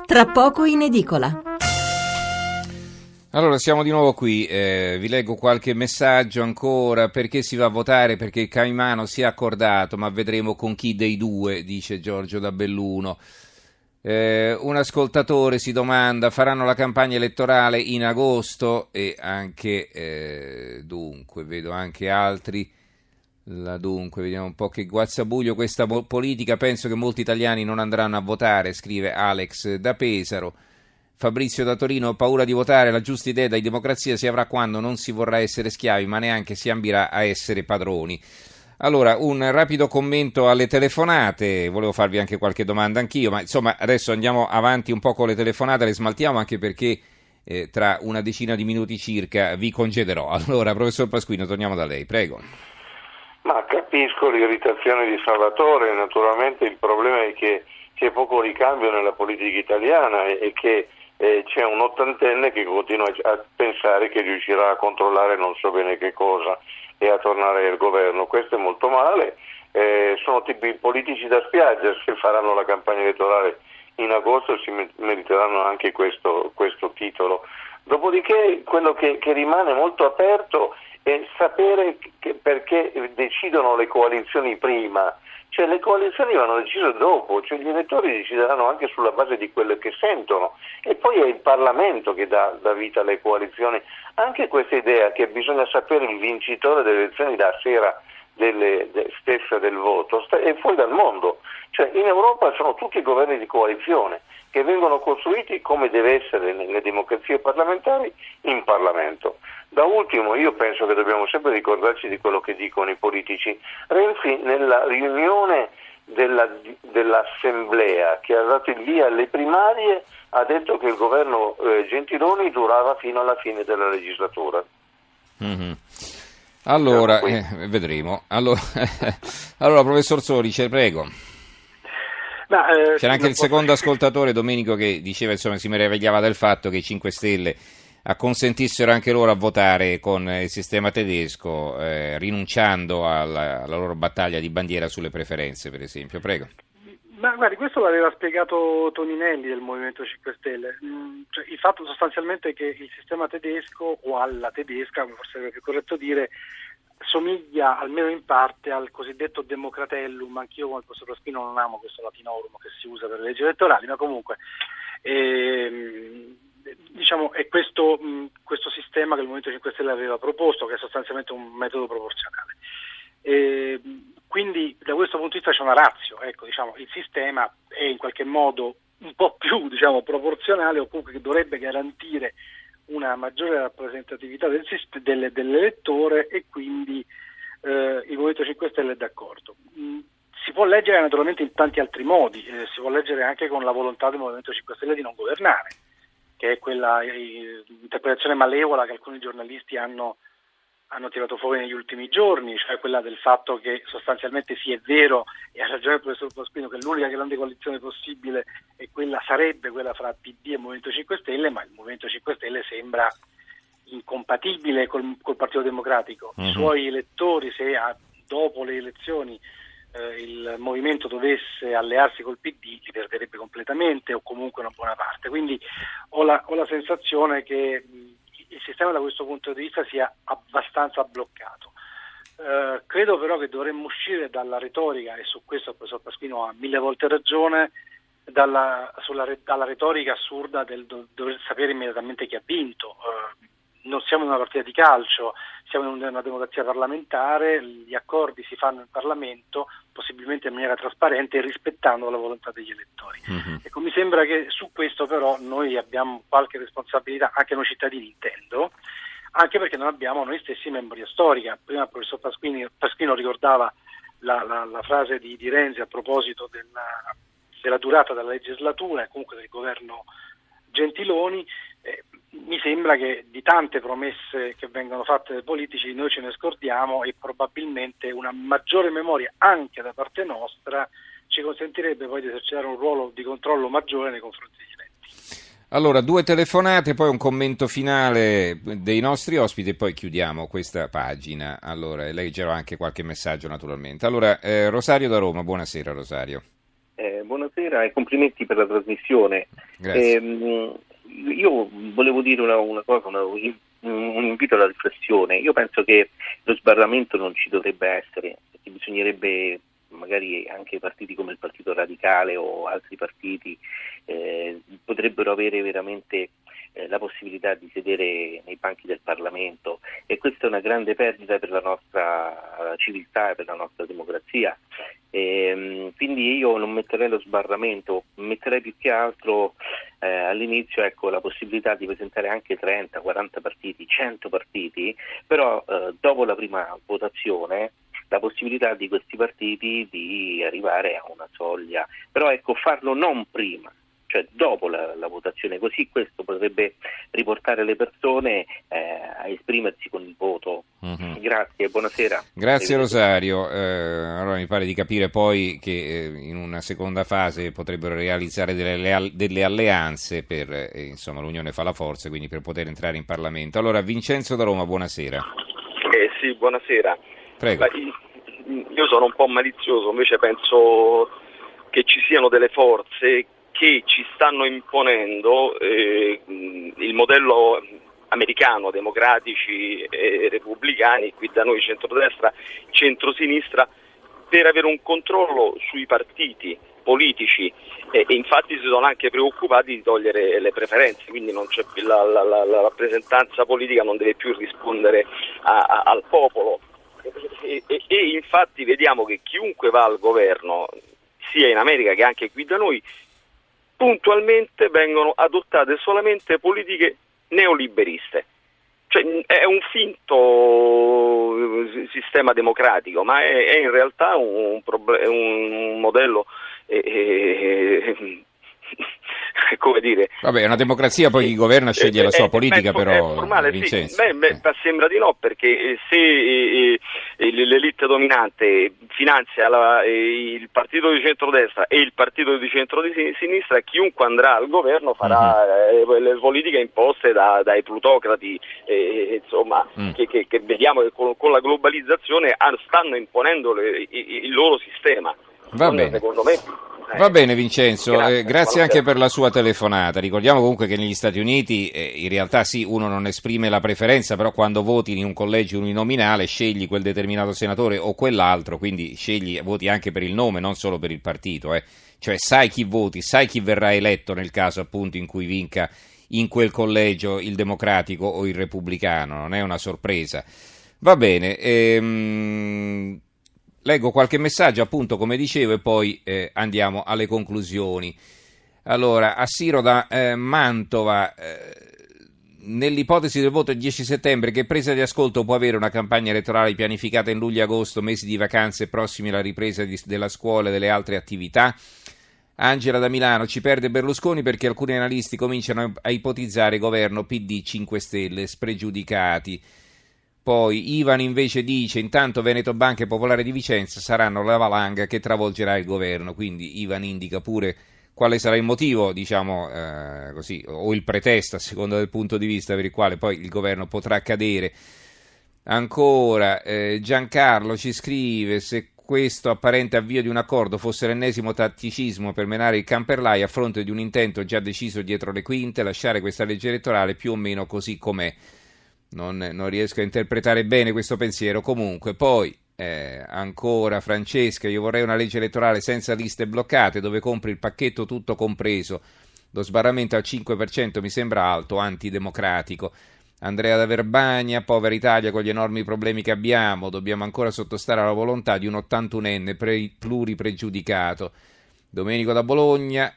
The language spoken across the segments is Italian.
tra poco in edicola. Allora, siamo di nuovo qui, vi leggo qualche messaggio ancora. Perché si va a votare? Perché il Caimano si è accordato, ma vedremo con chi dei due, dice Giorgio da Belluno. Un ascoltatore si domanda, faranno la campagna elettorale in agosto? E anche, dunque, vedo anche altri. Dunque, vediamo un po' che guazzabuglio questa politica, penso che molti italiani non andranno a votare, scrive Alex da Pesaro. Fabrizio da Torino, paura di votare, la giusta idea di democrazia si avrà quando non si vorrà essere schiavi, ma neanche si ambirà a essere padroni. Allora, un rapido commento alle telefonate, volevo farvi anche qualche domanda anch'io, ma insomma adesso andiamo avanti un po' con le telefonate, le smaltiamo anche perché tra una decina di minuti circa vi concederò. Allora, professor Pasquino, torniamo da lei, prego. Ma capisco l'irritazione di Salvatore, naturalmente il problema è che c'è poco ricambio nella politica italiana e che c'è un ottantenne che continua a pensare che riuscirà a controllare non so bene che cosa e a tornare al governo. Questo è molto male, sono tipi politici da spiaggia, se faranno la campagna elettorale in agosto si meriteranno anche questo titolo. Dopodiché quello che rimane molto aperto è sapere perché decidono le coalizioni prima. Cioè le coalizioni vanno decise dopo, cioè gli elettori decideranno anche sulla base di quello che sentono e poi è il Parlamento che dà vita alle coalizioni. Anche questa idea che bisogna sapere il vincitore delle elezioni la sera stessa del voto è fuori dal mondo. Cioè in Europa sono tutti governi di coalizione che vengono costruiti come deve essere nelle democrazie parlamentari in Parlamento. Da ultimo io penso che dobbiamo sempre ricordarci di quello che dicono i politici. Renzi nella riunione dell'Assemblea che ha dato il via alle primarie ha detto che il governo Gentiloni durava fino alla fine della legislatura. Mm-hmm. Allora, vedremo. Allora, professor Sorice, prego. C'era anche il secondo ascoltatore, Domenico, che diceva, insomma, si meravigliava del fatto che i 5 Stelle acconsentissero anche loro a votare con il sistema tedesco, rinunciando alla loro battaglia di bandiera sulle preferenze, per esempio. Prego. Ma guardi, questo l'aveva spiegato Toninelli del Movimento 5 Stelle. Cioè, il fatto sostanzialmente che il sistema tedesco, o alla tedesca, come forse sarebbe più corretto dire, somiglia almeno in parte al cosiddetto democratellum. Anch'io come il professor Pasquino non amo questo latinorum che si usa per le leggi elettorali, ma comunque diciamo è questo sistema che il Movimento 5 Stelle aveva proposto, che è sostanzialmente un metodo proporzionale. Quindi da questo punto di vista c'è una ratio, ecco, diciamo, il sistema è in qualche modo un po' più, diciamo, proporzionale, o comunque che dovrebbe garantire una maggiore rappresentatività dell'elettore, e quindi il Movimento 5 Stelle è d'accordo. Si può leggere naturalmente in tanti altri modi, si può leggere anche con la volontà del Movimento 5 Stelle di non governare, che è quella interpretazione malevola che alcuni giornalisti hanno tirato fuori negli ultimi giorni, cioè quella del fatto che sostanzialmente sì, è vero, e ha ragione il professor Pasquino, che l'unica grande coalizione possibile sarebbe quella fra PD e Movimento 5 Stelle, ma il Movimento 5 Stelle sembra incompatibile col Partito Democratico. I suoi elettori, se dopo le elezioni il movimento dovesse allearsi col PD, li perderebbe completamente, o comunque una buona parte. Quindi ho la sensazione che il sistema da questo punto di vista sia abbastanza bloccato. Credo però che dovremmo uscire dalla retorica, e su questo il professor Pasquino ha 1000 volte ragione, dalla retorica assurda del dover sapere immediatamente chi ha vinto. Non siamo in una partita di calcio, siamo in una democrazia parlamentare, gli accordi si fanno in Parlamento, possibilmente in maniera trasparente e rispettando la volontà degli elettori. Ecco, mi sembra che su questo però noi abbiamo qualche responsabilità, anche noi cittadini intendo, anche perché non abbiamo noi stessi memoria storica. Prima il professor Pasquino ricordava la frase di Renzi a proposito della durata della legislatura e comunque del governo Gentiloni. Mi sembra che di tante promesse che vengono fatte dai politici noi ce ne scordiamo, e probabilmente una maggiore memoria anche da parte nostra ci consentirebbe poi di esercitare un ruolo di controllo maggiore nei confronti degli eletti. Allora, 2 telefonate, poi un commento finale dei nostri ospiti e poi chiudiamo questa pagina. Allora, leggerò anche qualche messaggio naturalmente. Allora, Rosario da Roma, buonasera Rosario. Buonasera e complimenti per la trasmissione. Io volevo dire una cosa, un invito alla riflessione. Io penso che lo sbarramento non ci dovrebbe essere, perché bisognerebbe magari anche partiti come il Partito Radicale o altri partiti potrebbero avere veramente la possibilità di sedere nei banchi del Parlamento, e questa è una grande perdita per la nostra civiltà e per la nostra democrazia. Quindi io non metterei lo sbarramento, metterei più che altro all'inizio la possibilità di presentare anche 30, 40 partiti, 100 partiti, però dopo la prima votazione la possibilità di questi partiti di arrivare a una soglia, però farlo non prima, cioè dopo la votazione, così questo potrebbe riportare le persone a esprimersi con il voto. Grazie, buonasera. Grazie Rosario. Allora mi pare di capire poi che in una seconda fase potrebbero realizzare delle alleanze per, insomma, l'unione fa la forza, quindi per poter entrare in Parlamento. Allora Vincenzo da Roma, buonasera. Sì, buonasera. Prego. Io sono un po' malizioso, invece penso che ci siano delle forze che ci stanno imponendo il modello americano, democratici e repubblicani, qui da noi centrodestra, centrosinistra, per avere un controllo sui partiti politici e infatti si sono anche preoccupati di togliere le preferenze, quindi non c'è più la rappresentanza politica, non deve più rispondere al popolo e infatti vediamo che chiunque va al governo, sia in America che anche qui da noi, puntualmente vengono adottate solamente politiche neoliberiste. Cioè, è un finto sistema democratico, ma è in realtà un modello come dire. Vabbè, è una democrazia, poi chi governa sceglie la sua politica, però è formale, Vincenzo. Sembra di no, perché se l'elite dominante finanzia il partito di centrodestra e il partito di centrosinistra, chiunque andrà al governo farà le politiche imposte dai plutocrati, insomma, che vediamo che con la globalizzazione stanno imponendo il loro sistema. Va bene. Secondo me. Va bene Vincenzo, grazie anche per la sua telefonata. Ricordiamo comunque che negli Stati Uniti in realtà sì, uno non esprime la preferenza, però quando voti in un collegio uninominale scegli quel determinato senatore o quell'altro, quindi voti anche per il nome, non solo per il partito. Cioè sai chi voti, sai chi verrà eletto nel caso appunto in cui vinca in quel collegio il democratico o il repubblicano, non è una sorpresa. Va bene, leggo qualche messaggio, appunto, come dicevo, e poi andiamo alle conclusioni. Allora, Assiro da Mantova, nell'ipotesi del voto il 10 settembre, che presa di ascolto può avere una campagna elettorale pianificata in luglio e agosto, mesi di vacanze prossimi alla ripresa della scuola e delle altre attività? Angela da Milano, ci perde Berlusconi perché alcuni analisti cominciano a ipotizzare governo PD 5 Stelle, spregiudicati. Poi Ivan invece dice, intanto Veneto Banca e Popolare di Vicenza saranno la valanga che travolgerà il governo, quindi Ivan indica pure quale sarà il motivo, diciamo così, o il pretesto a seconda del punto di vista per il quale poi il governo potrà cadere. Ancora Giancarlo ci scrive, se questo apparente avvio di un accordo fosse l'ennesimo tatticismo per menare il Camperlai a fronte di un intento già deciso dietro le quinte, lasciare questa legge elettorale più o meno così com'è. Non riesco a interpretare bene questo pensiero. Comunque poi ancora Francesca, io vorrei una legge elettorale senza liste bloccate dove compri il pacchetto tutto compreso, lo sbarramento al 5% mi sembra alto, antidemocratico. Andrea da Verbania, povera Italia con gli enormi problemi che abbiamo, dobbiamo ancora sottostare alla volontà di un 81enne pluripregiudicato. Domenico da Bologna,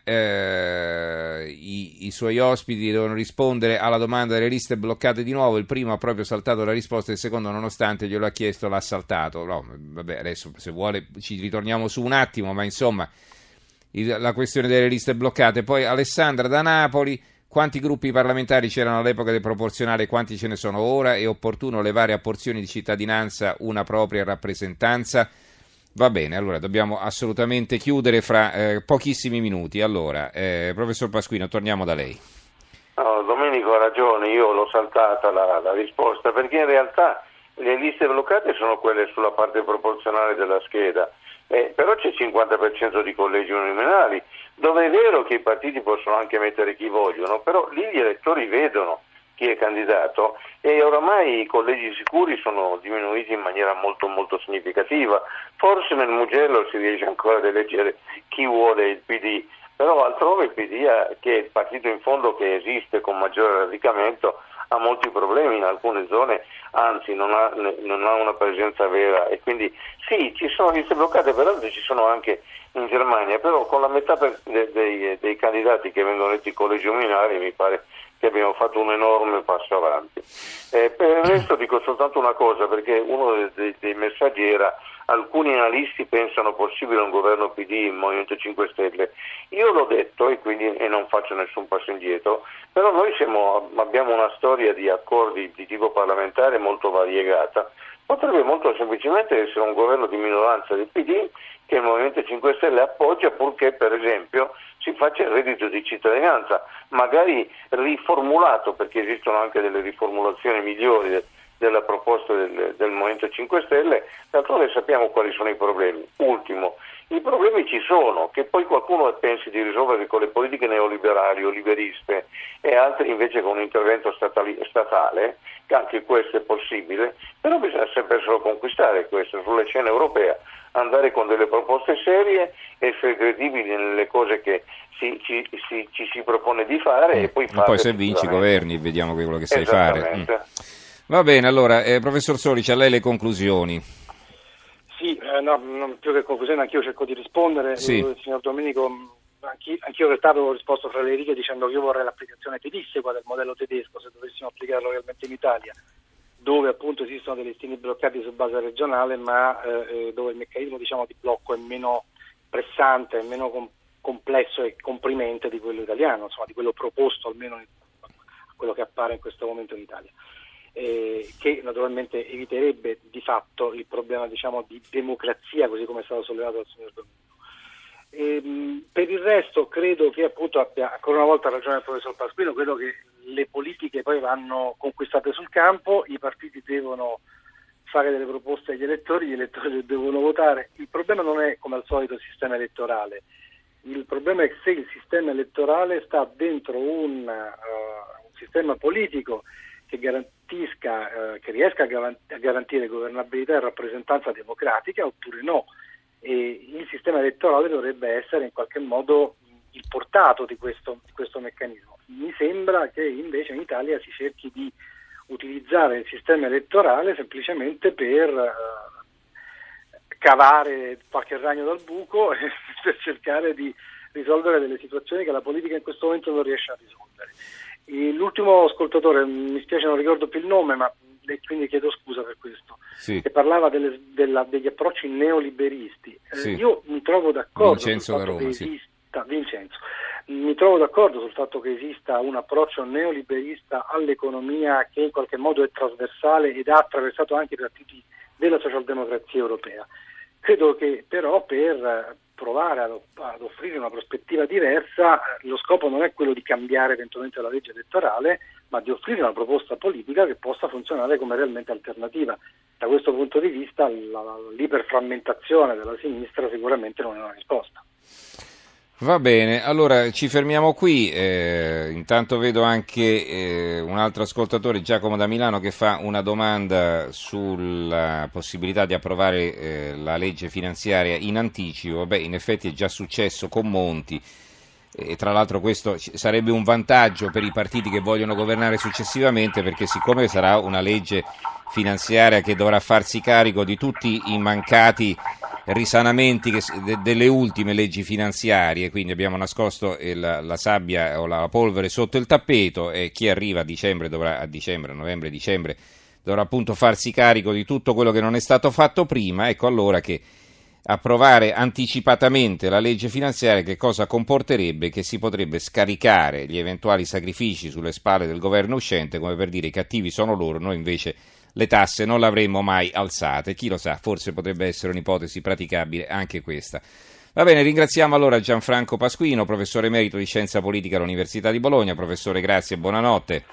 i suoi ospiti devono rispondere alla domanda delle liste bloccate di nuovo, il primo ha proprio saltato la risposta, il secondo nonostante glielo ha chiesto l'ha saltato. No, vabbè, adesso se vuole ci ritorniamo su un attimo, ma insomma la questione delle liste bloccate. Poi Alessandra da Napoli, quanti gruppi parlamentari c'erano all'epoca del proporzionale, quanti ce ne sono ora, è opportuno levare a porzioni di cittadinanza una propria rappresentanza? Va bene, allora dobbiamo assolutamente chiudere fra pochissimi minuti. Allora, professor Pasquino, torniamo da lei. No, Domenico ha ragione, io l'ho saltata la risposta, perché in realtà le liste bloccate sono quelle sulla parte proporzionale della scheda. però c'è il 50% di collegi uninominali, dove è vero che i partiti possono anche mettere chi vogliono, però lì gli elettori vedono chi è candidato e oramai i collegi sicuri sono diminuiti in maniera molto molto significativa. Forse nel Mugello si riesce ancora ad eleggere chi vuole il PD, però altrove il PD, che è il partito in fondo che esiste con maggiore radicamento, ha molti problemi in alcune zone, anzi non ha una presenza vera, e quindi sì, ci sono liste bloccate, peraltro ci sono anche in Germania, però con la metà dei candidati che vengono eletti collegi uninominali mi pare che abbiamo fatto un enorme passo avanti. Per il resto dico soltanto una cosa, perché uno dei messaggi era: alcuni analisti pensano possibile un governo PD in Movimento 5 Stelle. Io l'ho detto e non faccio nessun passo indietro, però noi abbiamo una storia di accordi di tipo parlamentare molto variegata. Potrebbe molto semplicemente essere un governo di minoranza del PD che il Movimento 5 Stelle appoggia, purché per esempio si faccia il reddito di cittadinanza, magari riformulato, perché esistono anche delle riformulazioni migliori della proposta del Movimento 5 Stelle. D'altronde sappiamo quali sono i problemi. Ultimo, i problemi ci sono, che poi qualcuno pensi di risolvere con le politiche neoliberali o liberiste e altri invece con un intervento statale, che anche questo è possibile, però bisogna sempre solo conquistare questo sulla scena europea, andare con delle proposte serie, essere credibili nelle cose che ci si propone di fare e poi fare. Poi se vinci governi, vediamo quello che sai fare. Va bene, allora, professor Solich, a lei le conclusioni. Sì, non più che conclusione, anch'io cerco di rispondere. Sì. Il signor Domenico, anch'io in realtà avevo risposto fra le righe dicendo che io vorrei l'applicazione pedissequa del modello tedesco, se dovessimo applicarlo realmente in Italia, dove appunto esistono dei listini bloccati su base regionale, ma dove il meccanismo di blocco è meno pressante, è meno complesso e comprimente di quello italiano, insomma di quello proposto almeno a quello che appare in questo momento in Italia. Che naturalmente eviterebbe di fatto il problema di democrazia, così come è stato sollevato dal signor Domenico. Per il resto credo che appunto abbia ancora una volta ragione il professor Pasquino, credo che le politiche poi vanno conquistate sul campo, i partiti devono fare delle proposte agli elettori, gli elettori devono votare. Il problema non è come al solito il sistema elettorale, il problema è che se il sistema elettorale sta dentro un sistema politico che garantisca, che riesca a garantire governabilità e rappresentanza democratica oppure no. E il sistema elettorale dovrebbe essere in qualche modo il portato di questo meccanismo. Mi sembra che invece in Italia si cerchi di utilizzare il sistema elettorale semplicemente per cavare qualche ragno dal buco e per cercare di risolvere delle situazioni che la politica in questo momento non riesce a risolvere. L'ultimo ascoltatore, mi spiace non ricordo più il nome, ma quindi chiedo scusa per questo, sì, che parlava degli approcci neoliberisti. Sì. Io mi trovo d'accordo Vincenzo sul fatto da Roma, che esista, Vincenzo, mi trovo d'accordo sul fatto che esista un approccio neoliberista all'economia che in qualche modo è trasversale ed ha attraversato anche i partiti della socialdemocrazia europea. Credo che però per provare ad offrire una prospettiva diversa, lo scopo non è quello di cambiare eventualmente la legge elettorale, ma di offrire una proposta politica che possa funzionare come realmente alternativa. Da questo punto di vista l'iperframmentazione della sinistra sicuramente non è una risposta. Va bene, allora ci fermiamo qui, intanto vedo anche un altro ascoltatore, Giacomo da Milano, che fa una domanda sulla possibilità di approvare la legge finanziaria in anticipo. Beh, in effetti è già successo con Monti e tra l'altro questo sarebbe un vantaggio per i partiti che vogliono governare successivamente, perché siccome sarà una legge finanziaria che dovrà farsi carico di tutti i mancati risanamenti delle ultime leggi finanziarie, quindi abbiamo nascosto la sabbia o la polvere sotto il tappeto, e chi arriva a novembre-dicembre dovrà appunto farsi carico di tutto quello che non è stato fatto prima. Ecco allora che approvare anticipatamente la legge finanziaria che cosa comporterebbe? Che si potrebbe scaricare gli eventuali sacrifici sulle spalle del governo uscente, come per dire i cattivi sono loro, noi invece le tasse non le avremmo mai alzate. Chi lo sa, forse potrebbe essere un'ipotesi praticabile anche questa. Va bene, ringraziamo allora Gianfranco Pasquino, professore emerito di Scienza Politica all'Università di Bologna. Professore, grazie e buonanotte.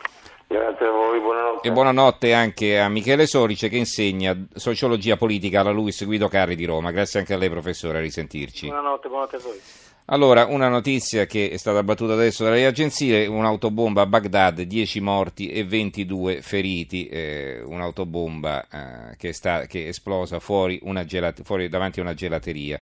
Grazie a voi, buonanotte. E buonanotte anche a Michele Sorice che insegna sociologia politica alla Luis Guido Carri di Roma. Grazie anche a lei professore, a risentirci. Buonanotte a voi. Allora, una notizia che è stata battuta adesso dalle agenzie, un'autobomba a Baghdad, 10 morti e 22 feriti, un'autobomba che è esplosa fuori davanti a una gelateria.